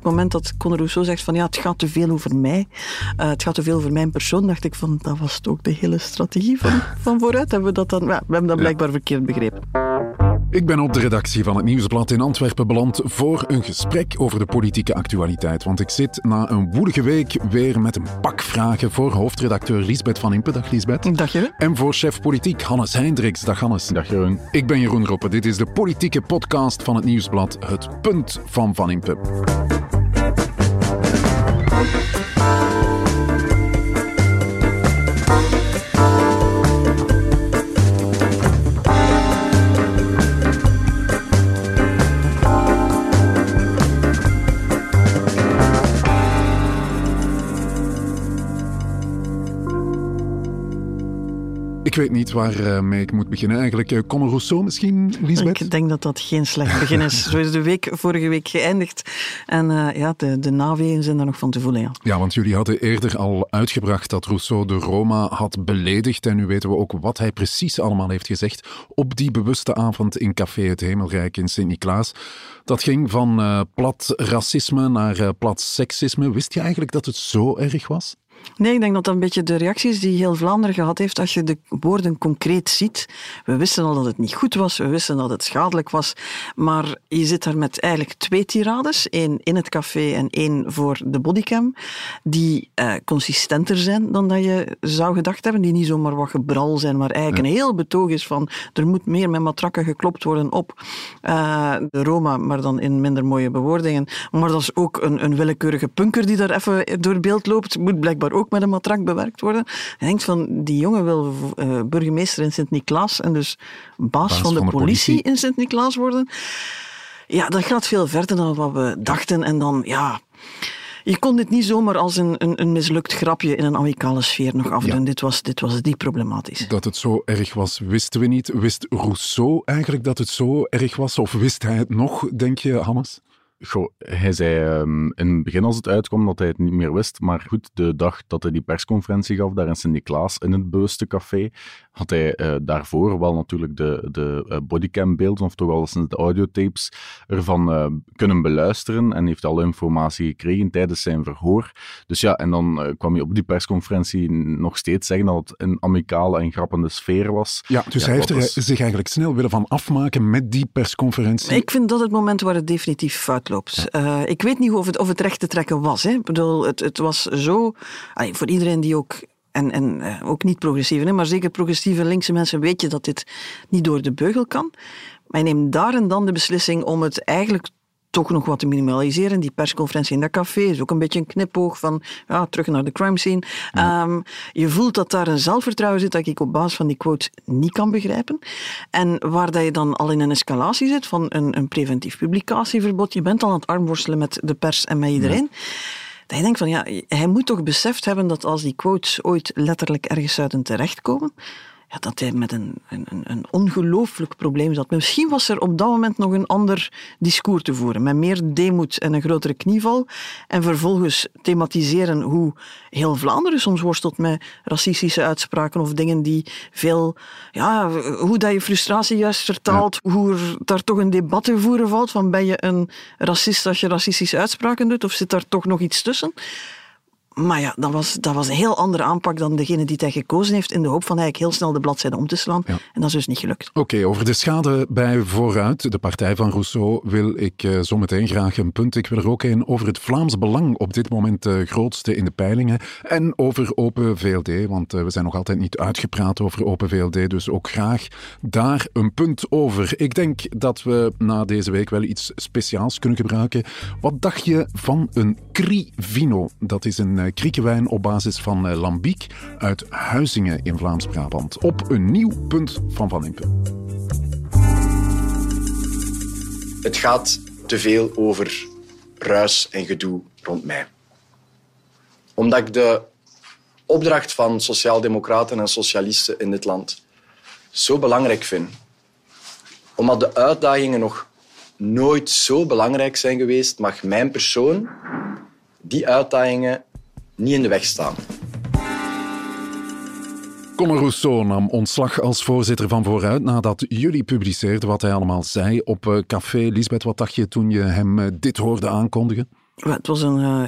het moment dat Conor Rousseau zegt van ja, het gaat te veel over mij, het gaat te veel over mijn persoon, dacht ik van, dat was het ook de hele strategie van vooruit. Hebben we hebben dat blijkbaar verkeerd begrepen. Ik ben op de redactie van het Nieuwsblad in Antwerpen beland voor een gesprek over de politieke actualiteit. Want ik zit na een woelige week weer met een pak vragen voor hoofdredacteur Liesbeth van Impe. Dag Liesbeth. Dag Jeroen. En voor chef politiek Hannes Hendricks. Dag Hannes. Dag Jeroen. Ik ben Jeroen Roppe. Dit is de politieke podcast van het Nieuwsblad. Het punt van Van Impe. Ik weet niet waarmee ik moet beginnen eigenlijk. Conor Rousseau misschien, Liesbeth? Ik denk dat dat geen slecht begin is. Zo is de vorige week geëindigd. En de naweeën zijn daar nog van te voelen. Ja, want jullie hadden eerder al uitgebracht dat Rousseau de Roma had beledigd. En nu weten we ook wat hij precies allemaal heeft gezegd op die bewuste avond in Café Het Hemelrijk in Sint-Niklaas. Dat ging van plat racisme naar plat seksisme. Wist je eigenlijk dat het zo erg was? Nee, ik denk dat dat een beetje de reactie is die heel Vlaanderen gehad heeft als je de woorden concreet ziet. We wisten al dat het niet goed was, we wisten dat het schadelijk was, maar je zit daar met eigenlijk 2 tirades, 1 in het café en 1 voor de bodycam, die consistenter zijn dan dat je zou gedacht hebben, die niet zomaar wat gebral zijn, maar eigenlijk een heel betoog is van er moet meer met matrakken geklopt worden op de Roma, maar dan in minder mooie bewoordingen. Maar dat is ook een willekeurige punker die daar even door beeld loopt, moet blijkbaar ook met een matrak bewerkt worden. Je denkt van, die jongen wil burgemeester in Sint-Niklaas en dus baas van de politie in Sint-Niklaas worden. Ja, dat gaat veel verder dan wat we dachten. En dan, ja... Je kon dit niet zomaar als een mislukt grapje in een amicale sfeer nog afdoen. Ja. Dit was diep problematisch. Dat het zo erg was, wisten we niet. Wist Rousseau eigenlijk dat het zo erg was? Of wist hij het nog, denk je, Hannes? Goh, hij zei in het begin als het uitkwam dat hij het niet meer wist, maar goed, de dag dat hij die persconferentie gaf, daar in Sint-Niklaas, in het bewuste café, had hij daarvoor wel natuurlijk de bodycam-beelden, of toch al eens de audiotapes, ervan kunnen beluisteren en heeft alle informatie gekregen tijdens zijn verhoor. Dus ja, en dan kwam hij op die persconferentie nog steeds zeggen dat het een amicale en grappende sfeer was. Ja, dus hij heeft er zich eigenlijk snel willen van afmaken met die persconferentie. Ik vind dat het moment waar het definitief fout loopt. Ik weet niet of het recht te trekken was. Hè. Ik bedoel, het was zo... voor iedereen die ook... En ook niet progressieve, maar zeker progressieve linkse mensen weet je dat dit niet door de beugel kan. Maar je neemt daar en dan de beslissing om het eigenlijk toch nog wat te minimaliseren. Die persconferentie in dat café is ook een beetje een knipoog van terug naar de crime scene. Ja. Je voelt dat daar een zelfvertrouwen zit dat ik op basis van die quote niet kan begrijpen. En waar dat je dan al in een escalatie zit van een preventief publicatieverbod. Je bent al aan het armworstelen met de pers en met iedereen. Ja. Dat je denkt van, hij moet toch beseft hebben dat als die quotes ooit letterlijk ergens zouden terechtkomen, dat hij met een ongelooflijk probleem zat. Misschien was er op dat moment nog een ander discours te voeren, met meer deemoed en een grotere knieval, en vervolgens thematiseren hoe heel Vlaanderen soms worstelt met racistische uitspraken of dingen die veel... hoe dat je frustratie juist vertaalt, hoe er daar toch een debat te voeren valt van ben je een racist als je racistische uitspraken doet, of zit daar toch nog iets tussen? Maar ja, dat was een heel andere aanpak dan degene die hij gekozen heeft, in de hoop van eigenlijk heel snel de bladzijde om te slaan. Ja. En dat is dus niet gelukt. Oké, over de schade bij Vooruit, de partij van Rousseau, wil ik zo meteen graag een punt. Ik wil er ook een over het Vlaams Belang, op dit moment de grootste in de peilingen. En over Open VLD, want we zijn nog altijd niet uitgepraat over Open VLD, dus ook graag daar een punt over. Ik denk dat we na deze week wel iets speciaals kunnen gebruiken. Wat dacht je van een Cri-Vino? Dat is een kriekenwijn op basis van lambiek uit Huizingen in Vlaams-Brabant. Op een nieuw punt van Van Impe. Het gaat te veel over ruis en gedoe rond mij. Omdat ik de opdracht van sociaaldemocraten en socialisten in dit land zo belangrijk vind. Omdat de uitdagingen nog nooit zo belangrijk zijn geweest, mag mijn persoon die uitdagingen niet in de weg staan. Conor Rousseau nam ontslag als voorzitter van Vooruit nadat jullie publiceerden wat hij allemaal zei op café. Liesbeth, wat dacht je toen je hem dit hoorde aankondigen? Het was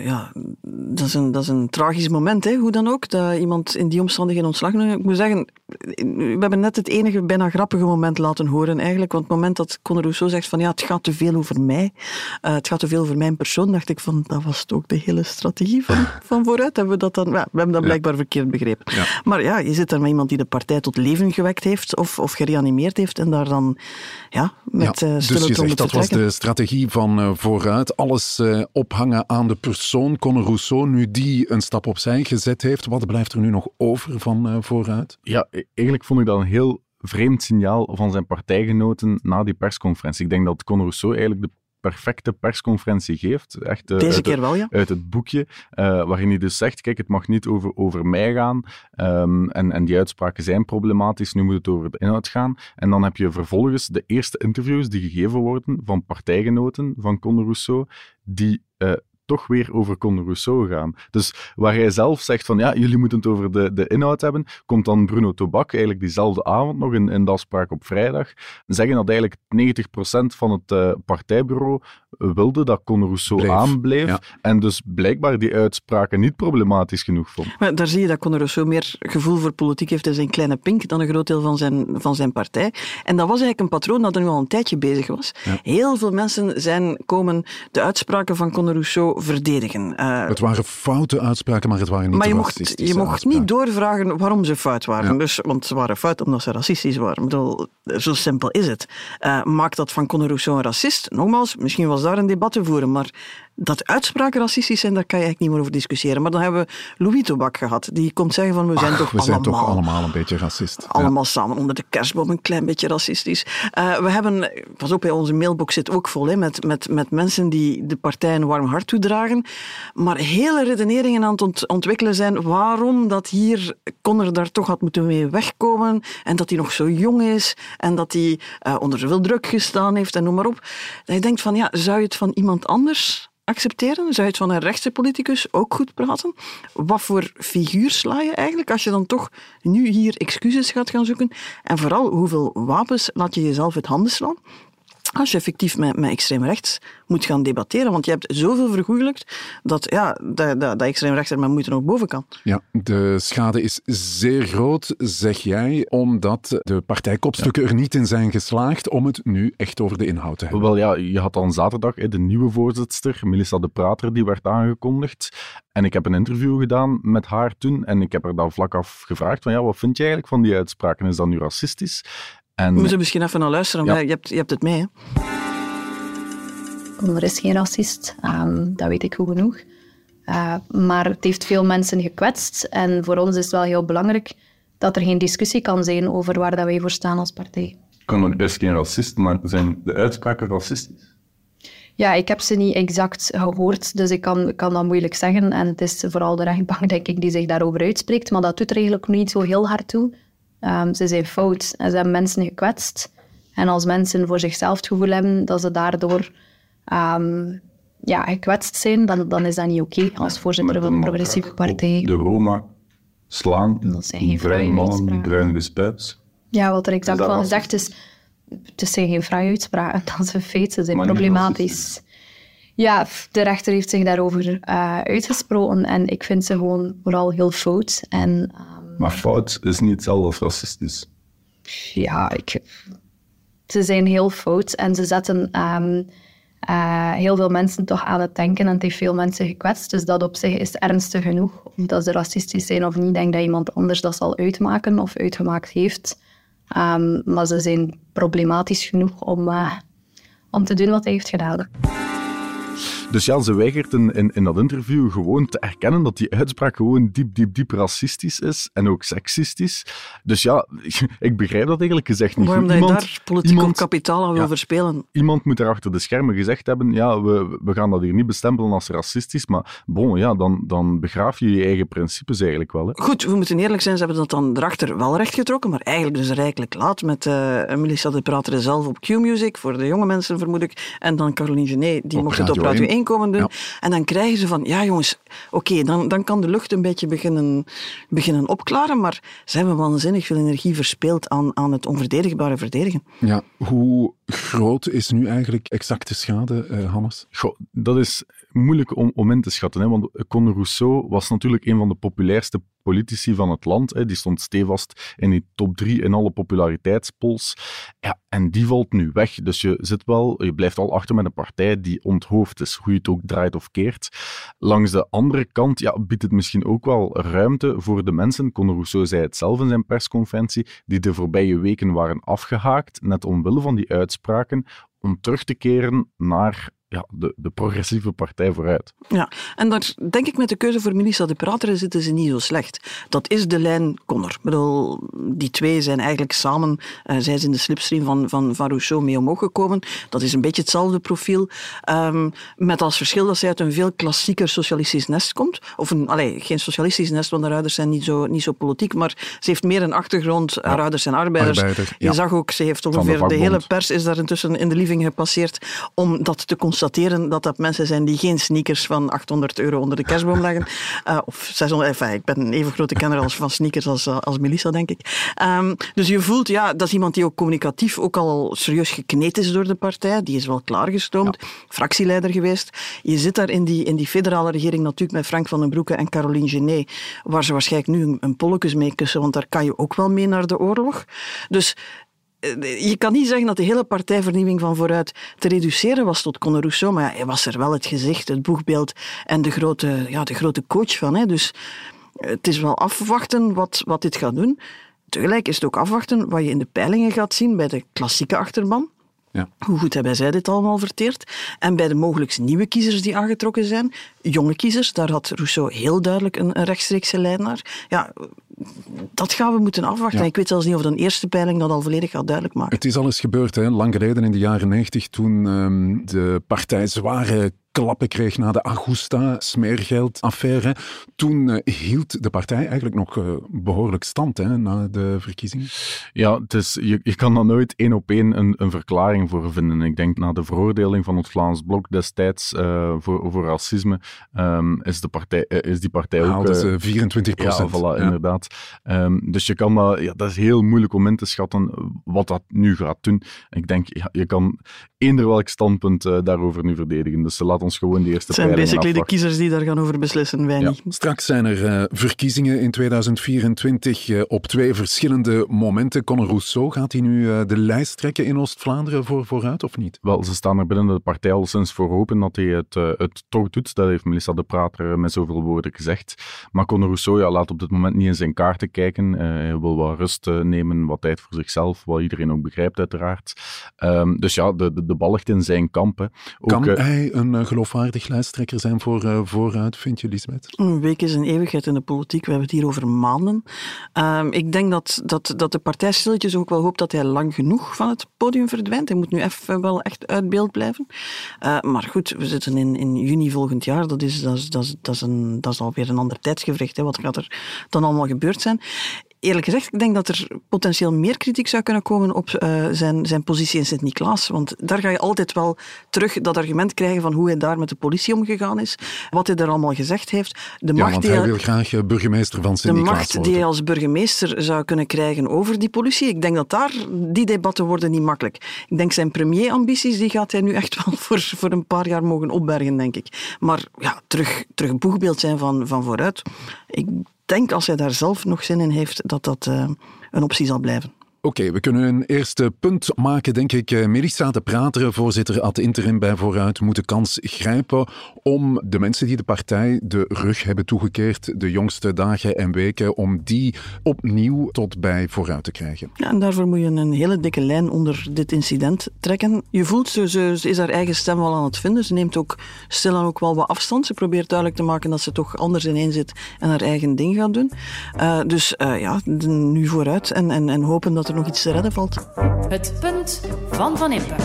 dat is een tragisch moment, hè, hoe dan ook, dat iemand in die omstandigheden ontslag neemt. Ik moet zeggen, we hebben net het enige bijna grappige moment laten horen eigenlijk, want het moment dat Conor Rousseau zegt van het gaat te veel over mij, het gaat te veel over mijn persoon, dacht ik van, dat was het ook de hele strategie van vooruit. Hebben we hebben dat blijkbaar verkeerd begrepen. Ja. Maar ja, je zit daar met iemand die de partij tot leven gewekt heeft of gereanimeerd heeft en daar dan met stille dus je zegt, dat vertrekken. was de strategie van vooruit, alles ophangen aan de persoon Conor Rousseau, nu die een stap opzij gezet heeft. Wat blijft er nu nog over van vooruit? Ja, eigenlijk vond ik dat een heel vreemd signaal van zijn partijgenoten na die persconferentie. Ik denk dat Conor Rousseau eigenlijk de perfecte persconferentie geeft. Echt, deze keer wel, ja. Uit het boekje, waarin hij dus zegt, kijk, het mag niet over mij gaan, en die uitspraken zijn problematisch, nu moet het over de inhoud gaan. En dan heb je vervolgens de eerste interviews die gegeven worden van partijgenoten van Conor Rousseau, die toch weer over Conor Rousseau gaan. Dus waar hij zelf zegt van jullie moeten het over de inhoud hebben, komt dan Bruno Tobak eigenlijk diezelfde avond nog in de afspraak op vrijdag zeggen dat eigenlijk 90% van het partijbureau wilde dat Conor Rousseau aanbleef en dus blijkbaar die uitspraken niet problematisch genoeg vond. Maar daar zie je dat Conor Rousseau meer gevoel voor politiek heeft in zijn kleine pink dan een groot deel van zijn partij. En dat was eigenlijk een patroon dat er nu al een tijdje bezig was. Ja. Heel veel mensen komen de uitspraken van Conor Rousseau verdedigen. Het waren foute uitspraken, maar het waren niet racistische je mocht niet doorvragen waarom ze fout waren. Ja. Dus, want ze waren fout omdat ze racistisch waren. Ik bedoel, zo simpel is het. Maakt dat van Conor Rousseau een racist? Nogmaals, misschien was daar een debat te voeren, maar dat uitspraken racistisch zijn, daar kan je eigenlijk niet meer over discussiëren. Maar dan hebben we Louis Tobak gehad, die komt zeggen van we zijn toch allemaal een beetje racist. Allemaal samen onder de kerstboom een klein beetje racistisch. We hebben, pas op, onze mailbox zit ook vol met mensen die de partij een warm hart toedragen, maar hele redeneringen aan het ontwikkelen zijn waarom dat hier Conor daar toch had moeten mee wegkomen en dat hij nog zo jong is en dat hij onder zoveel druk gestaan heeft en noem maar op. Dat je denkt van zou je het van iemand anders accepteren? Zou je het van een rechtse politicus ook goed praten? Wat voor figuur sla je eigenlijk als je dan toch nu hier excuses gaat gaan zoeken? En vooral, hoeveel wapens laat je jezelf uit handen slaan? Als je effectief met extreem rechts moet gaan debatteren, want je hebt zoveel vergoeilijkt dat extreem rechts er maar moeten nog boven kan. Ja, de schade is zeer groot, zeg jij, omdat de partijkopstukken er niet in zijn geslaagd om het nu echt over de inhoud te hebben. Wel ja, je had dan zaterdag de nieuwe voorzitster, Melissa de Prater, die werd aangekondigd. En ik heb een interview gedaan met haar toen en ik heb haar dan vlak af gevraagd van wat vind je eigenlijk van die uitspraken? Is dat nu racistisch? We moeten misschien even naar luisteren, maar je hebt het mee, hè? Conor is geen racist, dat weet ik goed genoeg. Maar het heeft veel mensen gekwetst. En voor ons is het wel heel belangrijk dat er geen discussie kan zijn over waar dat wij voor staan als partij. Conor is geen racist, maar zijn de uitspraken racistisch? Ja, ik heb ze niet exact gehoord, dus ik kan dat moeilijk zeggen. En het is vooral de rechtbank, denk ik, die zich daarover uitspreekt. Maar dat doet er eigenlijk niet zo heel hard toe. Ze zijn fout en ze hebben mensen gekwetst. En als mensen voor zichzelf het gevoel hebben dat ze daardoor gekwetst zijn, dan is dat niet oké als voorzitter van een progressieve partij. De Roma slaan, dat zijn geen bruine mannen, die bruine spuits. Ja, wat er exact van gezegd is, het zijn geen vrije uitspraken, dat is een feit, ze zijn problematisch. Ja, de rechter heeft zich daarover uitgesproken en ik vind ze gewoon vooral heel fout. Maar fout is niet hetzelfde als racistisch. Ja, ze zijn heel fout en ze zetten heel veel mensen toch aan het denken en het heeft veel mensen gekwetst. Dus dat op zich is ernstig genoeg. Of dat ze racistisch zijn of niet, denk dat iemand anders dat zal uitmaken of uitgemaakt heeft. Maar ze zijn problematisch genoeg om te doen wat hij heeft gedaan. Dus ja, ze weigert in dat interview gewoon te erkennen dat die uitspraak gewoon diep racistisch is en ook seksistisch. Dus ja, ik begrijp dat eigenlijk gezegd niet. Waarom dat je daar politiek kapitaal aan wil verspelen? Iemand moet er achter de schermen gezegd hebben, we gaan dat hier niet bestempelen als racistisch, maar dan begraaf je je eigen principes eigenlijk wel. Hè. Goed, we moeten eerlijk zijn, ze hebben dat dan erachter wel rechtgetrokken, maar eigenlijk dus rijkelijk laat met Melissa de Prater zelf op Q-Music, voor de jonge mensen vermoed ik, en dan Caroline Genet, die mocht het op Radio 1 komen doen. Ja. En dan krijgen ze van, jongens, oké, dan kan de lucht een beetje beginnen opklaren, maar ze hebben waanzinnig veel energie verspeeld aan het onverdedigbare verdedigen. Ja, hoe groot is nu eigenlijk exact de schade, Hannes? Goh, dat is moeilijk om in te schatten. Hè? Want Conor Rousseau was natuurlijk een van de populairste politici van het land. Hè. Die stond stevast in die top 3 in alle populariteitspolls. Ja, en die valt nu weg. Dus je blijft al achter met een partij die onthoofd is, hoe je het ook draait of keert. Langs de andere kant biedt het misschien ook wel ruimte voor de mensen, Conor Rousseau zei het zelf in zijn persconferentie, die de voorbije weken waren afgehaakt, net omwille van die uitspraken, om terug te keren naar de progressieve partij vooruit. Ja, en daar denk ik met de keuze voor Melissa De Prater zitten ze niet zo slecht. Dat is de lijn Conor. Ik bedoel, die twee zijn eigenlijk samen, zij is in de slipstream van Rousseau mee omhoog gekomen. Dat is een beetje hetzelfde profiel, met als verschil dat zij uit een veel klassieker socialistisch nest komt. Of geen socialistisch nest, want haar ouders zijn niet zo politiek, maar ze heeft meer een achtergrond, haar ouders zijn arbeiders. Je zag ook, ze heeft ongeveer de hele pers is daar intussen in de living gepasseerd om dat te constateren, dat mensen zijn die geen sneakers van €800 onder de kerstboom leggen. Of 600, ik ben een even grote kenner van sneakers als Melissa, denk ik. Dus je voelt, dat is iemand die ook communicatief ook al serieus gekneed is door de partij. Die is wel klaargestoomd. Fractieleider geweest. Je zit daar in die federale regering natuurlijk met Frank van den Broeke en Caroline Genet, waar ze waarschijnlijk nu een polletjes mee kussen, want daar kan je ook wel mee naar de oorlog. Dus je kan niet zeggen dat de hele partijvernieuwing van Vooruit te reduceren was tot Conor Rousseau, maar hij was er wel het gezicht, het boegbeeld en de grote coach van. Hè. Dus het is wel afwachten wat dit gaat doen. Tegelijk is het ook afwachten wat je in de peilingen gaat zien bij de klassieke achterban. Ja. Hoe goed hebben zij dit allemaal verteerd? En bij de mogelijk nieuwe kiezers die aangetrokken zijn, jonge kiezers, daar had Rousseau heel duidelijk een rechtstreekse lijn naar. Ja, dat gaan we moeten afwachten. Ja. Ik weet zelfs niet of een eerste peiling dat al volledig gaat duidelijk maken. Het is al eens gebeurd, hè? Lang geleden in de jaren 90, toen de partij zware klappen kreeg na de Augusta-smeergeldaffaire. Toen hield de partij eigenlijk nog behoorlijk stand na de verkiezingen. Ja, je kan daar nooit één op één een verklaring voor vinden. Ik denk na de veroordeling van het Vlaams Blok destijds voor racisme is die partij ook... Haalde ze 24%. Ja, voilà, inderdaad. Dus je kan dat is heel moeilijk om in te schatten wat dat nu gaat doen. Ik denk, je kan eender welk standpunt daarover nu verdedigen. Dus laat ons gewoon de eerste peilingen afwachten. Het zijn basically de kiezers die daar gaan over beslissen, wij niet. Straks zijn er verkiezingen in 2024 op 2 verschillende momenten. Conor Rousseau, gaat hij nu de lijst trekken in Oost-Vlaanderen voor Vooruit of niet? Wel, ze staan er binnen de partij al sinds voor open dat hij het toch doet. Dat heeft Melissa De Prater met zoveel woorden gezegd. Maar Conor Rousseau laat op dit moment niet in zijn kaarten kijken. Hij wil wat rust nemen, wat tijd voor zichzelf, wat iedereen ook begrijpt uiteraard. Dus de bal ligt in zijn kamp. Hè. Kan hij een geloofwaardig lijsttrekker zijn voor Vooruit, vind je, Lisbeth? Een week is een eeuwigheid in de politiek. We hebben het hier over maanden. Ik denk dat de partij stilletjes ook wel hoopt dat hij lang genoeg van het podium verdwijnt. Hij moet nu even wel echt uit beeld blijven. Maar goed, we zitten in juni volgend jaar. Dat is alweer een ander tijdsgevricht. Hè. Wat gaat er dan allemaal gebeurd zijn? Eerlijk gezegd, ik denk dat er potentieel meer kritiek zou kunnen komen op zijn positie in Sint-Niklaas. Want daar ga je altijd wel terug dat argument krijgen van hoe hij daar met de politie omgegaan is. Wat hij er allemaal gezegd heeft. Want hij wil graag burgemeester van Sint-Niklaas worden. De macht die hij als burgemeester zou kunnen krijgen over die politie. Ik denk dat die debatten worden niet makkelijk. Ik denk zijn premierambities, die gaat hij nu echt wel voor een paar jaar mogen opbergen, denk ik. Maar terug boegbeeld zijn van Vooruit. Ik denk, als hij daar zelf nog zin in heeft, dat een optie zal blijven. Oké, we kunnen een eerste punt maken, denk ik. Melissa De Prater, voorzitter ad interim bij Vooruit, moet de kans grijpen om de mensen die de partij de rug hebben toegekeerd de jongste dagen en weken, om die opnieuw tot bij Vooruit te krijgen. Ja, en daarvoor moet je een hele dikke lijn onder dit incident trekken. Je voelt, ze is haar eigen stem wel aan het vinden. Ze neemt ook stilaan ook wel wat afstand. Ze probeert duidelijk te maken dat ze toch anders ineen zit en haar eigen ding gaat doen. Dus nu Vooruit en hopen dat er nog iets te redden valt. Het punt van Van Impe.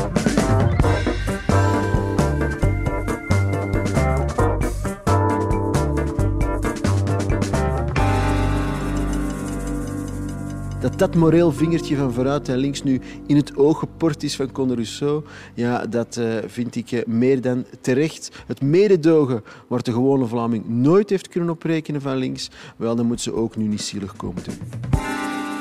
Dat moreel vingertje van Vooruit en links nu in het oog geport is van Conor Rousseau, dat vind ik meer dan terecht. Het mededogen waar de gewone Vlaming nooit heeft kunnen oprekenen van links, wel, dan moet ze ook nu niet zielig komen doen.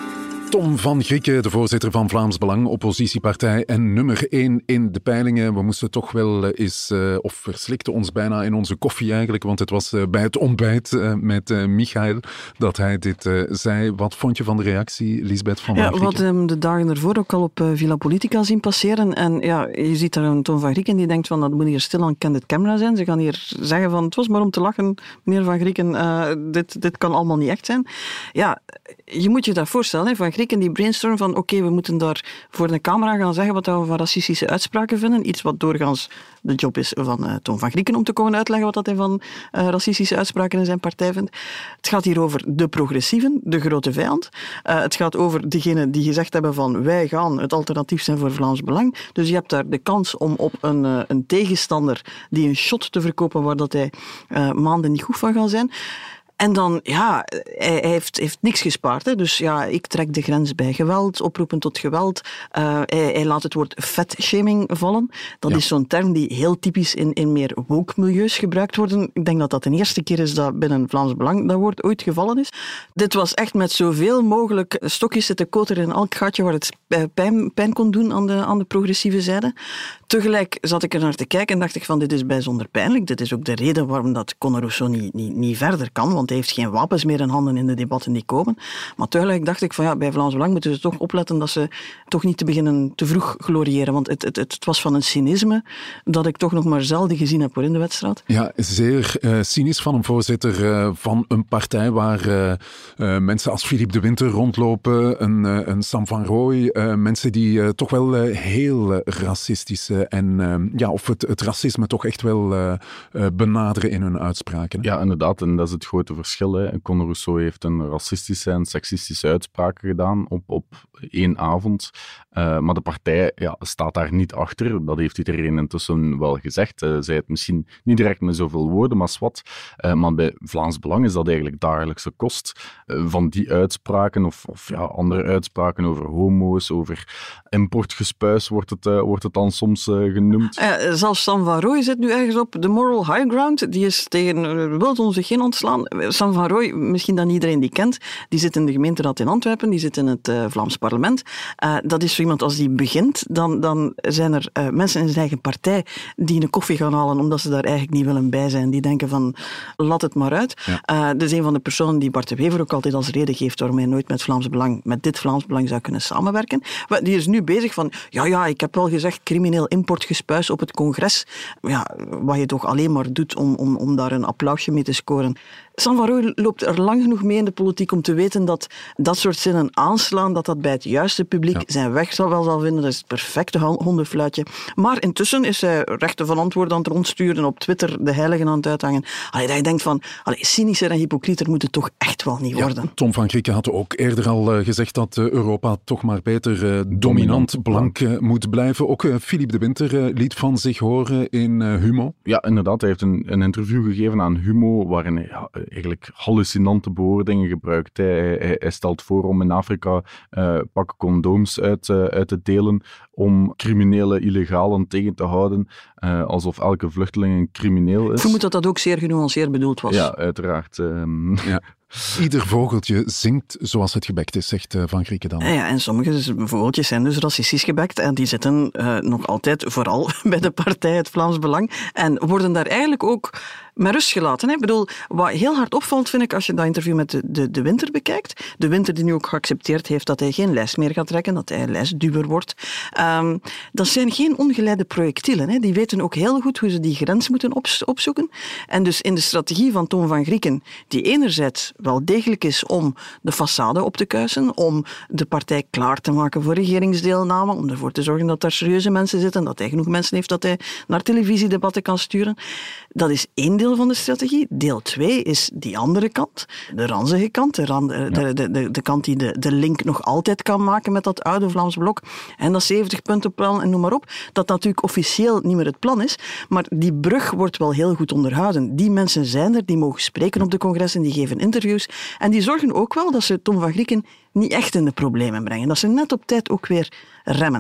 Tom van Grieken, de voorzitter van Vlaams Belang, oppositiepartij en nummer 1 in de peilingen. We moesten toch wel eens, of verslikten ons bijna in onze koffie eigenlijk, want het was bij het ontbijt met Michael dat hij dit zei. Wat vond je van de reactie, Lisbeth van Grieken? We hadden hem de dagen ervoor ook al op Villa Politica zien passeren. En ja, je ziet daar een Tom van Grieken die denkt van dat moet hier stil aan candid camera zijn. Ze gaan hier zeggen van het was maar om te lachen, meneer Van Grieken, dit kan allemaal niet echt zijn. Ja, je moet je dat voorstellen, hè. Van Grieken die brainstorm van oké, we moeten daar voor de camera gaan zeggen wat we van racistische uitspraken vinden. Iets wat doorgaans de job is van Tom van Grieken om te komen uitleggen wat dat hij van racistische uitspraken in zijn partij vindt. Het gaat hier over de progressieven, de grote vijand. Het gaat over degenen die gezegd hebben van wij gaan het alternatief zijn voor Vlaams Belang. Dus je hebt daar de kans om op een tegenstander die een shot te verkopen waar dat hij maanden niet goed van gaat zijn. En dan, ja, hij heeft niks gespaard. Hè. Dus ja, ik trek de grens bij geweld, oproepen tot geweld. Hij laat het woord fatshaming vallen. Dat is zo'n term die heel typisch in meer woke milieus gebruikt wordt. Ik denk dat dat de eerste keer is dat binnen Vlaams Belang dat woord ooit gevallen is. Dit was echt met zoveel mogelijk stokjes zitten koteren in elk gaatje waar het pijn kon doen aan de progressieve zijde. Tegelijk zat ik er naar te kijken en dacht ik van dit is bijzonder pijnlijk. Dit is ook de reden waarom dat Conor Rousseau niet verder kan, want hij heeft geen wapens meer in handen in de debatten die komen. Maar tegelijk dacht ik van ja, bij Vlaams Belang moeten ze toch opletten dat ze toch niet te beginnen te vroeg gloriëren, want het was van een cynisme dat ik toch nog maar zelden gezien heb in de wedstrijd. Ja, zeer cynisch van een voorzitter van een partij waar mensen als Philippe de Winter rondlopen, een Sam van Rooij, mensen die toch wel heel racistisch en of het racisme toch echt wel benaderen in hun uitspraken. Ja, inderdaad, en dat is het grote verschil. Hè. Conor Rousseau heeft een racistische en seksistische uitspraken gedaan op één avond. Maar de partij staat daar niet achter. Dat heeft iedereen intussen wel gezegd. Zij het misschien niet direct met zoveel woorden, maar wat. Maar bij Vlaams Belang is dat eigenlijk dagelijkse kost. Van die uitspraken of andere uitspraken over homo's, over importgespuis wordt het dan soms genoemd. Zelfs Sam van Rooij zit nu ergens op de moral high ground. Die is wil ons zich geen ontslaan. Sam van Rooij, misschien dat iedereen die kent, die zit in de gemeenteraad in Antwerpen, die zit in het Vlaams parlement. Dat is zo iemand, als die begint, dan zijn er mensen in zijn eigen partij die een koffie gaan halen omdat ze daar eigenlijk niet willen bij zijn. Die denken van, laat het maar uit. Ja. Dat is een van de personen die Bart de Wever ook altijd als reden geeft waarom hij nooit met dit Vlaams Belang zou kunnen samenwerken. Maar die is nu bezig van, ja, ik heb wel gezegd crimineel importgespuis op het congres. Ja, wat je toch alleen maar doet om daar een applausje mee te scoren. Sam van Rooij loopt er lang genoeg mee in de politiek om te weten dat soort zinnen aanslaan, dat bij het juiste publiek zijn weg zal vinden. Dat is het perfecte hondenfluitje. Maar intussen is hij rechten van antwoord aan het rondsturen, op Twitter de heiligen aan het uithangen. Dat je denkt van, cynischer en hypocrieter moet het toch echt wel niet worden. Tom van Grieken had ook eerder al gezegd dat Europa toch maar beter dominant blank moet blijven. Ook Philippe de Winter liet van zich horen in Humo. Ja, inderdaad. Hij heeft een interview gegeven aan Humo, waarin hij eigenlijk hallucinante bewoordingen gebruikt. Hij stelt voor om in Afrika pakken condooms uit te delen om criminele illegalen tegen te houden, alsof elke vluchteling een crimineel is. Ik vermoed dat dat ook zeer genuanceerd bedoeld was. Ja, uiteraard. Ja. Ieder vogeltje zingt zoals het gebekt is, zegt Van Grieken dan. Ja, en sommige vogeltjes zijn dus racistisch gebekt en die zitten nog altijd vooral bij de partij Het Vlaams Belang en worden daar eigenlijk ook met rust gelaten. Hè. Ik bedoel, wat heel hard opvalt, vind ik, als je dat interview met de Winter bekijkt, de Winter die nu ook geaccepteerd heeft dat hij geen lijst meer gaat trekken, dat hij lijstduwer wordt, dat zijn geen ongeleide projectielen. Hè. Die weten ook heel goed hoe ze die grens moeten opzoeken. En dus in de strategie van Tom van Grieken, die enerzijds wel degelijk is om de façade op te kuisen, om de partij klaar te maken voor regeringsdeelname, om ervoor te zorgen dat er serieuze mensen zitten, dat hij genoeg mensen heeft dat hij naar televisiedebatten kan sturen. Dat is één deel van de strategie. Deel 2 is die andere kant, de ranzige kant, de kant die de link nog altijd kan maken met dat oude Vlaams blok en dat 70-puntenplan en noem maar op, dat natuurlijk officieel niet meer het plan is, maar die brug wordt wel heel goed onderhouden. Die mensen zijn er, die mogen spreken op de congressen, die geven interviews en die zorgen ook wel dat ze Tom van Grieken niet echt in de problemen brengen. Dat ze net op tijd ook weer remmen.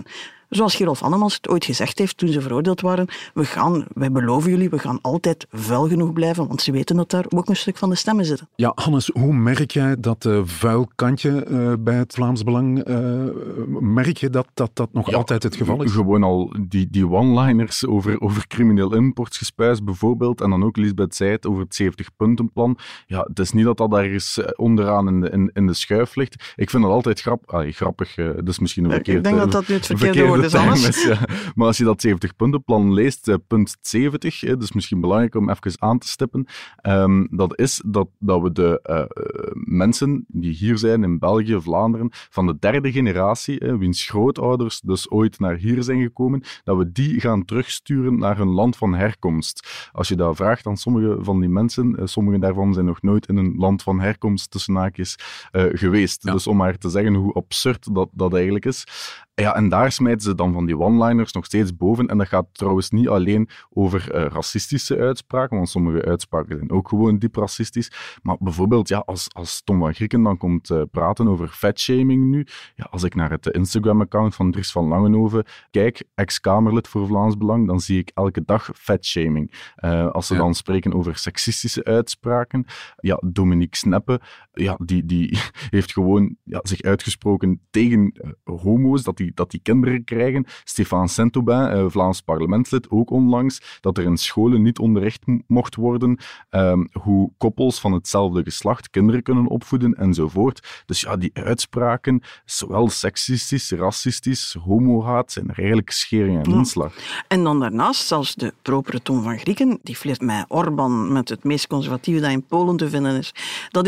zoals Gerolf Annemans het ooit gezegd heeft toen ze veroordeeld waren, wij beloven jullie, we gaan altijd vuil genoeg blijven, want ze weten dat daar ook een stuk van de stemmen zitten. Ja, Hannes, hoe merk jij dat vuil kantje bij het Vlaams Belang, merk je dat nog altijd het geval is? Gewoon al die one-liners over crimineel importsgespuis bijvoorbeeld, en dan ook Lisbeth zei het over het 70-puntenplan. Ja, het is niet dat daar ergens onderaan in de schuif ligt. Ik vind dat altijd grappig. Dus misschien een verkeerd. Ik denk dat nu het verkeerde woord is, Hannes. Ja. Maar als je dat 70-puntenplan leest, punt 70, dus misschien belangrijk om even aan te stippen, dat is dat we de mensen die hier zijn in België, Vlaanderen, van de derde generatie, wiens grootouders dus ooit naar hier zijn gekomen, dat we die gaan terugsturen naar hun land van herkomst. Als je dat vraagt aan sommige van die mensen, sommige daarvan zijn nog nooit in een land van herkomst tussen haakjes geweest. Ja. Dus om maar te zeggen hoe absurd dat eigenlijk is. Ja, en daar smijten ze dan van die one-liners nog steeds boven. En dat gaat trouwens niet alleen over racistische uitspraken, want sommige uitspraken zijn ook gewoon diep racistisch. Maar bijvoorbeeld, ja, als Tom van Grieken dan komt praten over fatshaming nu, ja, als ik naar het Instagram-account van Dries van Langenhoven kijk, ex-Kamerlid voor Vlaams Belang, dan zie ik elke dag fatshaming. Als ze dan spreken over seksistische uitspraken, ja, Dominique Sneppe, ja, die heeft gewoon zich uitgesproken tegen homo's, dat die kinderen krijgen. Stéphane Saint-Aubin, Vlaams parlementslid, ook onlangs, dat er in scholen niet onderricht mocht worden hoe koppels van hetzelfde geslacht kinderen kunnen opvoeden enzovoort. Dus ja, die uitspraken, zowel seksistisch, racistisch, homohaat, zijn er eigenlijk schering en inslag. En dan daarnaast, zelfs de propere Tom van Grieken, die flirt met Orbán, met het meest conservatieve dat in Polen te vinden is. Dat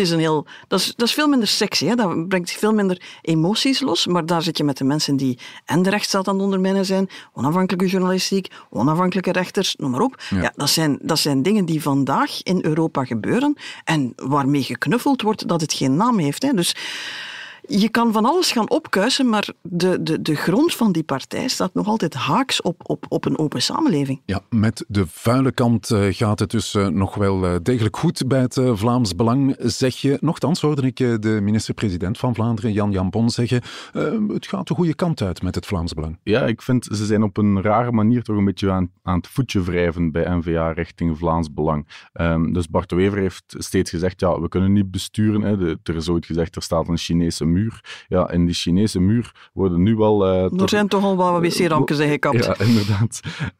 is veel minder sexy, hè? Dat brengt veel minder emoties los, maar daar zit je met de mensen die en de rechtsstaat aan het ondermijnen zijn, onafhankelijke journalistiek, onafhankelijke rechters, noem maar op. Ja, dat zijn dingen die vandaag in Europa gebeuren en waarmee geknuffeld wordt dat het geen naam heeft. Hè. Dus je kan van alles gaan opkuisen, maar de grond van die partij staat nog altijd haaks op een open samenleving. Ja, met de vuile kant gaat het dus nog wel degelijk goed bij het Vlaams Belang, zeg je. Nochtans hoorde ik de minister-president van Vlaanderen, Jan Jambon, zeggen het gaat de goede kant uit met het Vlaams Belang. Ja, ik vind ze zijn op een rare manier toch een beetje aan het voetje wrijven bij N-VA richting Vlaams Belang. Dus Bart de Wever heeft steeds gezegd, ja, we kunnen niet besturen. Hè. Er is ooit gezegd, er staat een Chinese muur. Ja, in die Chinese muur worden nu wel... er zijn toch al wat wc-rampjes ingekapt. Ja, inderdaad.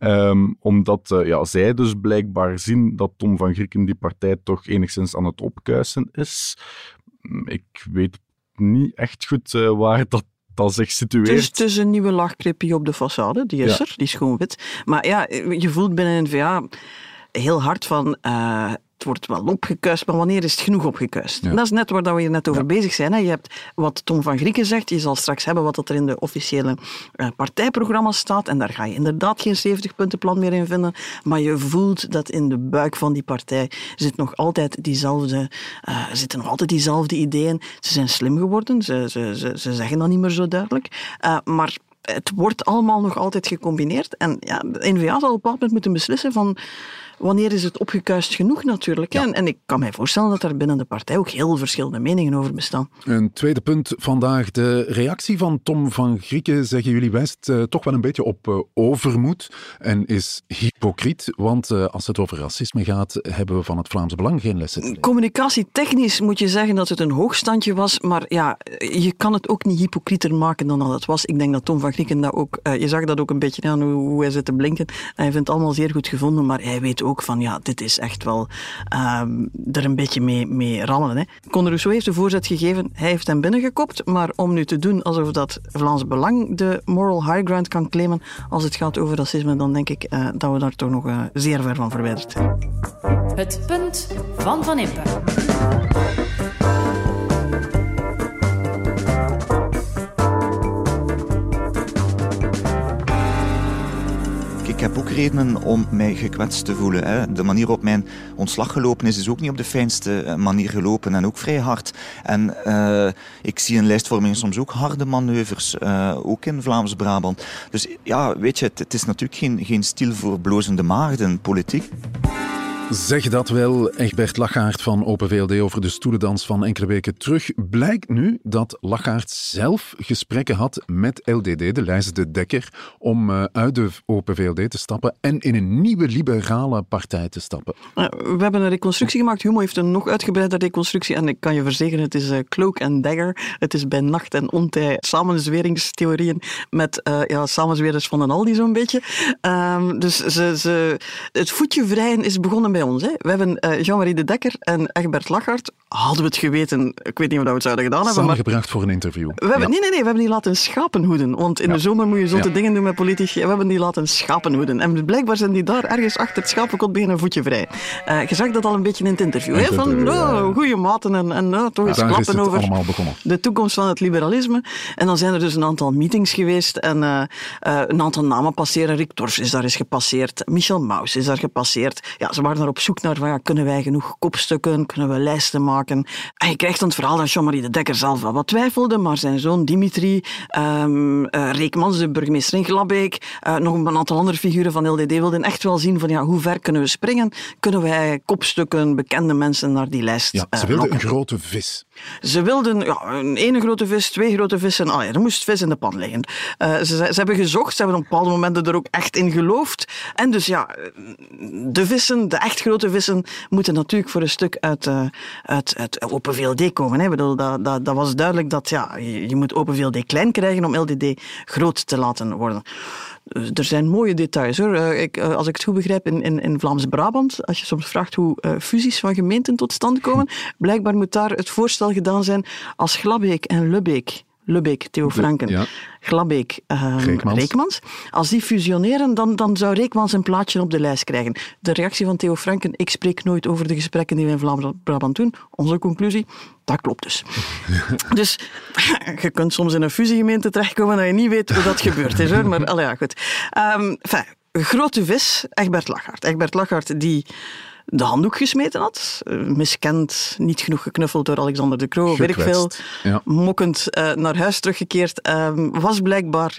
Omdat zij dus blijkbaar zien dat Tom van Grieken die partij toch enigszins aan het opkuisen is. Ik weet niet echt goed waar dat zich situeert. Het is een nieuwe lachkrepje op de façade, die is er, die is gewoon wit. Maar ja, je voelt binnen N-VA heel hard van... het wordt wel opgekuist, maar wanneer is het genoeg opgekuist? Ja. Dat is net waar we hier net over bezig zijn. Hè. Je hebt wat Tom van Grieken zegt, je zal straks hebben wat er in de officiële partijprogramma's staat, en daar ga je inderdaad geen 70-puntenplan meer in vinden, maar je voelt dat in de buik van die partij zitten nog altijd diezelfde ideeën. Ze zijn slim geworden, ze zeggen dat niet meer zo duidelijk, maar het wordt allemaal nog altijd gecombineerd. En ja, de N-VA zal op een bepaald moment moeten beslissen van wanneer is het opgekuist genoeg natuurlijk. Ja. En ik kan mij voorstellen dat er binnen de partij ook heel verschillende meningen over bestaan. Een tweede punt vandaag. De reactie van Tom van Grieken, zeggen jullie, wijst toch wel een beetje op overmoed en is hypocriet. Want als het over racisme gaat, hebben we van het Vlaams Belang geen lessen te leren. Communicatietechnisch moet je zeggen dat het een hoogstandje was, maar ja, je kan het ook niet hypocrieter maken dan dat het was. Ik denk dat Tom van Grieken dat ook, je zag dat ook een beetje aan hoe hij zit te blinken. Hij vindt het allemaal zeer goed gevonden, maar hij weet ook van, ja, dit is echt wel er een beetje mee rammelen. Hè. Conor Rousseau heeft de voorzet gegeven, hij heeft hem binnengekopt, maar om nu te doen alsof dat Vlaams Belang de moral high ground kan claimen als het gaat over racisme, dan denk ik dat we daar toch nog zeer ver van verwijderd zijn. Het punt van Van Impe. Ik heb ook redenen om mij gekwetst te voelen. Hè. De manier waarop mijn ontslag gelopen is ook niet op de fijnste manier gelopen en ook vrij hard. En ik zie in lijstvorming soms ook harde manoeuvres, ook in Vlaams-Brabant. Dus ja, weet je, het is natuurlijk geen stil voor blozende maagden, politiek. Zeg dat wel, Egbert Lachaert van Open VLD over de stoelendans van enkele weken terug. Blijkt nu dat Lachaert zelf gesprekken had met LDD, de lijst De Dekker, om uit de Open VLD te stappen en in een nieuwe liberale partij te stappen. We hebben een reconstructie gemaakt. Humo heeft een nog uitgebreide reconstructie en ik kan je verzekeren, het is cloak and dagger. Het is bij nacht en ontij samenzweringstheorieën met samenzwerers van een Aldi zo'n beetje. Dus het voetje vrijen is begonnen bij ons. Hè. We hebben Jean-Marie De Dekker en Egbert Lachaert, hadden we het geweten, ik weet niet of we het zouden gedaan hebben. Samengebracht voor een interview. We hebben die laten schapenhoeden. Want in de zomer moet je zotte dingen doen met politici. We hebben die laten schapenhoeden. En blijkbaar zijn die daar ergens achter het schapenkot beginnen voetje vrij. Je zag dat al een beetje in het interview. Hè? Van goede maten en toch eens klappen over de toekomst van het liberalisme. En dan zijn er dus een aantal meetings geweest en een aantal namen passeren. Rick Torfs is daar eens gepasseerd. Michel Maus is daar gepasseerd. Ja, ze waren daar op zoek naar, kunnen wij genoeg kopstukken, kunnen we lijsten maken. En je krijgt dan het verhaal dat Jean-Marie De Dekker zelf wel wat twijfelde, maar zijn zoon Dimitri, Reekmans, de burgemeester in Glabbeek, nog een aantal andere figuren van LDD wilden echt wel zien van hoe ver kunnen we springen? Kunnen wij kopstukken, bekende mensen naar die lijst ze wilden een grote vis. Ze wilden een ene grote vis, 2 grote vissen. Er moest vis in de pan liggen. Ze hebben gezocht, ze hebben op bepaalde momenten er ook echt in geloofd. En dus de vissen, de echt grote vissen, moeten natuurlijk voor een stuk uit Open VLD komen. Hè. Ik bedoel, dat was duidelijk dat je moet Open VLD klein krijgen om LDD groot te laten worden. Er zijn mooie details hoor. Als ik het goed begrijp, in Vlaams-Brabant, als je soms vraagt hoe fusies van gemeenten tot stand komen, blijkbaar moet daar het voorstel gedaan zijn als Glabbeek en Lubbeek, Theo Franken, Glabbeek, Reekmans. Als die fusioneren, dan zou Reekmans een plaatsje op de lijst krijgen. De reactie van Theo Franken, ik spreek nooit over de gesprekken die we in Vlaams-Brabant doen. Onze conclusie, dat klopt dus. Dus je kunt soms in een fusiegemeente terechtkomen dat je niet weet hoe dat gebeurd is. Hoor. Maar goed. Grote vis, Egbert Lachaert. Egbert Lachaert die de handdoek gesmeten had. Miskend, niet genoeg geknuffeld door Alexander De Croo, weet ik veel. Ja. Mokkend naar huis teruggekeerd. Was blijkbaar,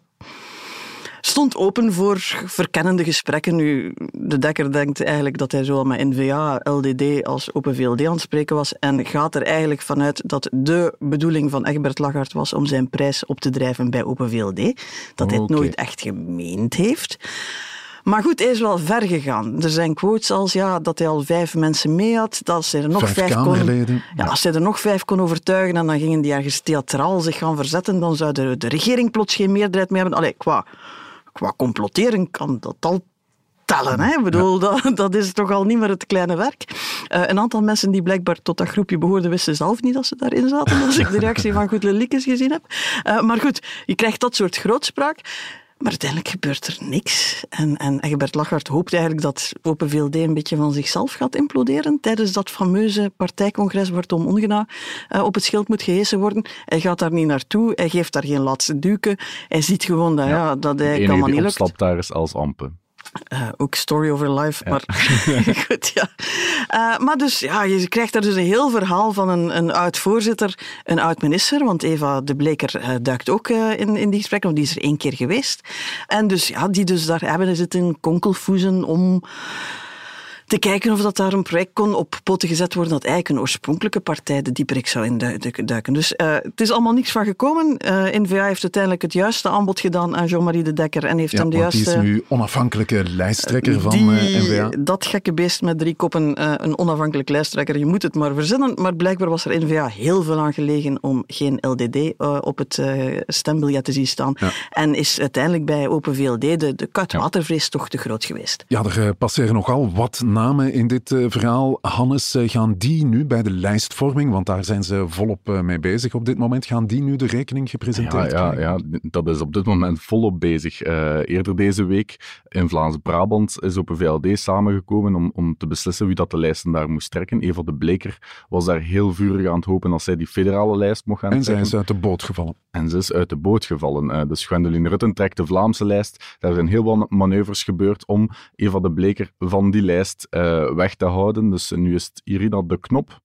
stond open voor verkennende gesprekken. Nu, De Dekker denkt eigenlijk dat hij zowel met N-VA, LDD als Open VLD aan het spreken was en gaat er eigenlijk vanuit dat de bedoeling van Egbert Lachaert was om zijn prijs op te drijven bij Open VLD. Dat hij het nooit echt gemeend heeft. Maar goed, hij is wel ver gegaan. Er zijn quotes als dat hij al 5 mensen mee had, dat als hij er nog 5 kon... als hij er nog 5 kon overtuigen en dan gingen die ergens theatraal zich gaan verzetten, dan zou de regering plots geen meerderheid meer hebben. Allee, qua comploteren kan dat al tellen. Hè? Ik bedoel, dat is toch al niet meer het kleine werk. Een aantal mensen die blijkbaar tot dat groepje behoorden, wisten zelf niet dat ze daarin zaten, als ik de reactie van Goed Leliekes gezien heb. Maar goed, je krijgt dat soort grootspraak. Maar uiteindelijk gebeurt er niks. En Egbert Lachaert hoopt eigenlijk dat Open VLD een beetje van zichzelf gaat imploderen tijdens dat fameuze partijcongres waar Tom Ongena op het schild moet gehesen worden. Hij gaat daar niet naartoe, hij geeft daar geen laatste duiken. Hij ziet gewoon dat hij kan maar niet lukt. Opstapt daar is als Ampe. Ook story of her life, maar goed, maar dus, je krijgt daar dus een heel verhaal van een oud-voorzitter, een oud-minister, want Eva de Bleker duikt ook in die gesprekken, want die is er 1 keer geweest. En dus, die dus daar hebben zitten konkelfoezen om te kijken of dat daar een project kon op poten gezet worden dat eigenlijk een oorspronkelijke partij de dieperik zou induiken. Dus het is allemaal niks van gekomen. N-VA heeft uiteindelijk het juiste aanbod gedaan aan Jean-Marie De Dekker en heeft hem de juiste... die is nu onafhankelijke lijsttrekker van N-VA. Dat gekke beest met 3 koppen, een onafhankelijk lijsttrekker, je moet het maar verzinnen, maar blijkbaar was er N-VA heel veel aan gelegen om geen LDD op het stembiljet te zien staan. Ja. En is uiteindelijk bij Open VLD de koudwatervrees toch te groot geweest. Ja, er passeren nogal wat namen in dit verhaal. Hannes, gaan die nu bij de lijstvorming, want daar zijn ze volop mee bezig op dit moment, gaan die nu de rekening gepresenteerd krijgen? Ja, dat is op dit moment volop bezig. Eerder deze week in Vlaams-Brabant is Open VLD samengekomen om te beslissen wie dat de lijsten daar moest trekken. Eva de Bleker was daar heel vurig aan het hopen dat zij die federale lijst mocht gaan trekken. En zij is uit de boot gevallen. En ze is uit de boot gevallen. Dus Gwendoline Rutten trekt de Vlaamse lijst. Daar zijn heel wat manoeuvres gebeurd om Eva de Bleker van die lijst weg te houden. Dus nu is het Irina de Knop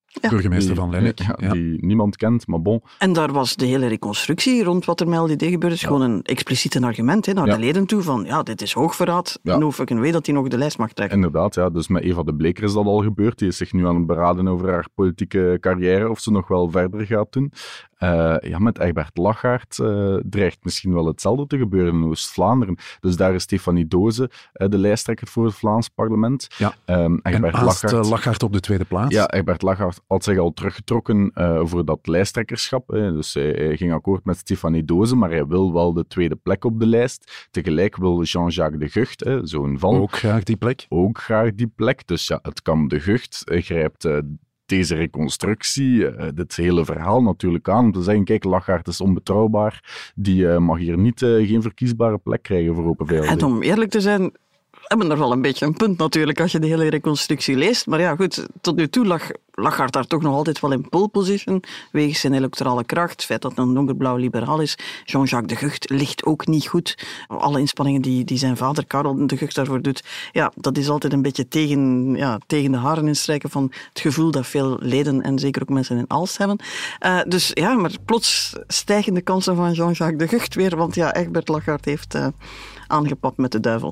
Burgemeester van Lennep. Die niemand kent, maar bon. En daar was de hele reconstructie rond wat er met LDD gebeurd is gewoon een expliciet argument naar de leden toe van dit is hoogverraad. No fucking way dat hij nog de lijst mag trekken. Inderdaad, dus met Eva de Bleker is dat al gebeurd. Die is zich nu aan het beraden over haar politieke carrière, of ze nog wel verder gaat doen. Met Egbert Lachaert dreigt misschien wel hetzelfde te gebeuren in Oost-Vlaanderen. Dus daar is Stefanie Doze, de lijsttrekker voor het Vlaams parlement. Ja. Egbert Lachaert op de tweede plaats. Ja, Egbert Lachaert had zich al teruggetrokken voor dat lijsttrekkerschap. Dus hij ging akkoord met Stefanie Doze, maar hij wil wel de tweede plek op de lijst. Tegelijk wil Jean-Jacques de Gucht, zoon van... Ook graag die plek. Dus het kan de Gucht grijpt deze reconstructie, dit hele verhaal natuurlijk aan, om te zeggen, kijk, Lachaert is onbetrouwbaar, die mag hier niet geen verkiesbare plek krijgen voor Open VLD. En om eerlijk te zijn, hebben er wel een beetje een punt natuurlijk, als je de hele reconstructie leest. Maar ja, goed, tot nu toe lag Lachaert daar toch nog altijd wel in pole position, wegens zijn electorale kracht, het feit dat hij een donkerblauw liberaal is. Jean-Jacques de Gucht ligt ook niet goed. Alle inspanningen die zijn vader, Karel de Gucht, daarvoor doet, dat is altijd een beetje tegen de haren instrijken van het gevoel dat veel leden en zeker ook mensen in Aalst hebben. Maar plots stijgen de kansen van Jean-Jacques de Gucht weer, want Egbert Lachaert heeft aangepakt met de duivel.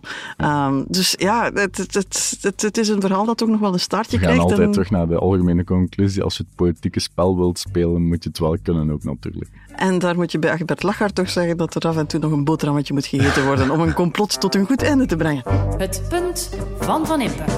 Het is een verhaal dat ook nog wel een staartje krijgt. We gaan altijd terug naar de algemene conclusie. Als je het politieke spel wilt spelen, moet je het wel kunnen ook natuurlijk. En daar moet je bij Egbert Lachaert toch zeggen dat er af en toe nog een boterhammetje moet gegeten worden om een complot tot een goed einde te brengen. Het punt van Van Impe.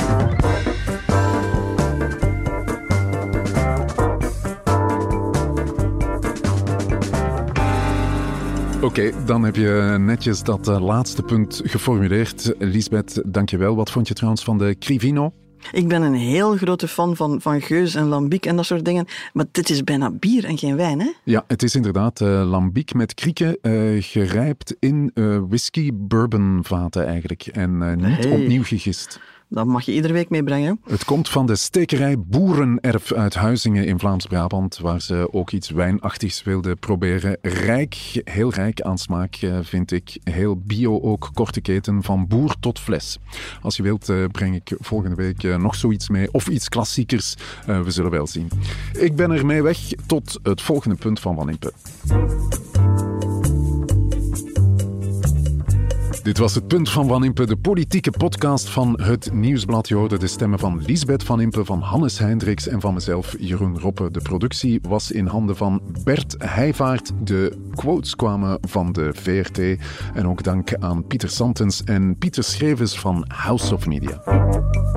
Oké, dan heb je netjes dat laatste punt geformuleerd. Lisbeth, dankjewel. Wat vond je trouwens van de Crivino? Ik ben een heel grote fan van Geus en lambiek en dat soort dingen. Maar dit is bijna bier en geen wijn, hè? Ja, het is inderdaad lambiek met krieken, gerijpt in whisky-bourbon-vaten eigenlijk. En niet opnieuw gegist. Dat mag je iedere week meebrengen. Het komt van de stekerij Boerenerf uit Huizingen in Vlaams-Brabant, waar ze ook iets wijnachtigs wilden proberen. Heel rijk aan smaak, vind ik. Heel bio ook, korte keten, van boer tot fles. Als je wilt, breng ik volgende week nog zoiets mee, of iets klassiekers. We zullen wel zien. Ik ben ermee weg tot het volgende punt van Van Impe. Dit was het punt van Van Impe, de politieke podcast van het Nieuwsblad. Je hoorde de stemmen van Lisbeth Van Impe, van Hannes Hendricks en van mezelf, Jeroen Roppe. De productie was in handen van Bert Heijvaart. De quotes kwamen van de VRT. En ook dank aan Pieter Santens en Pieter Schrevens van House of Media.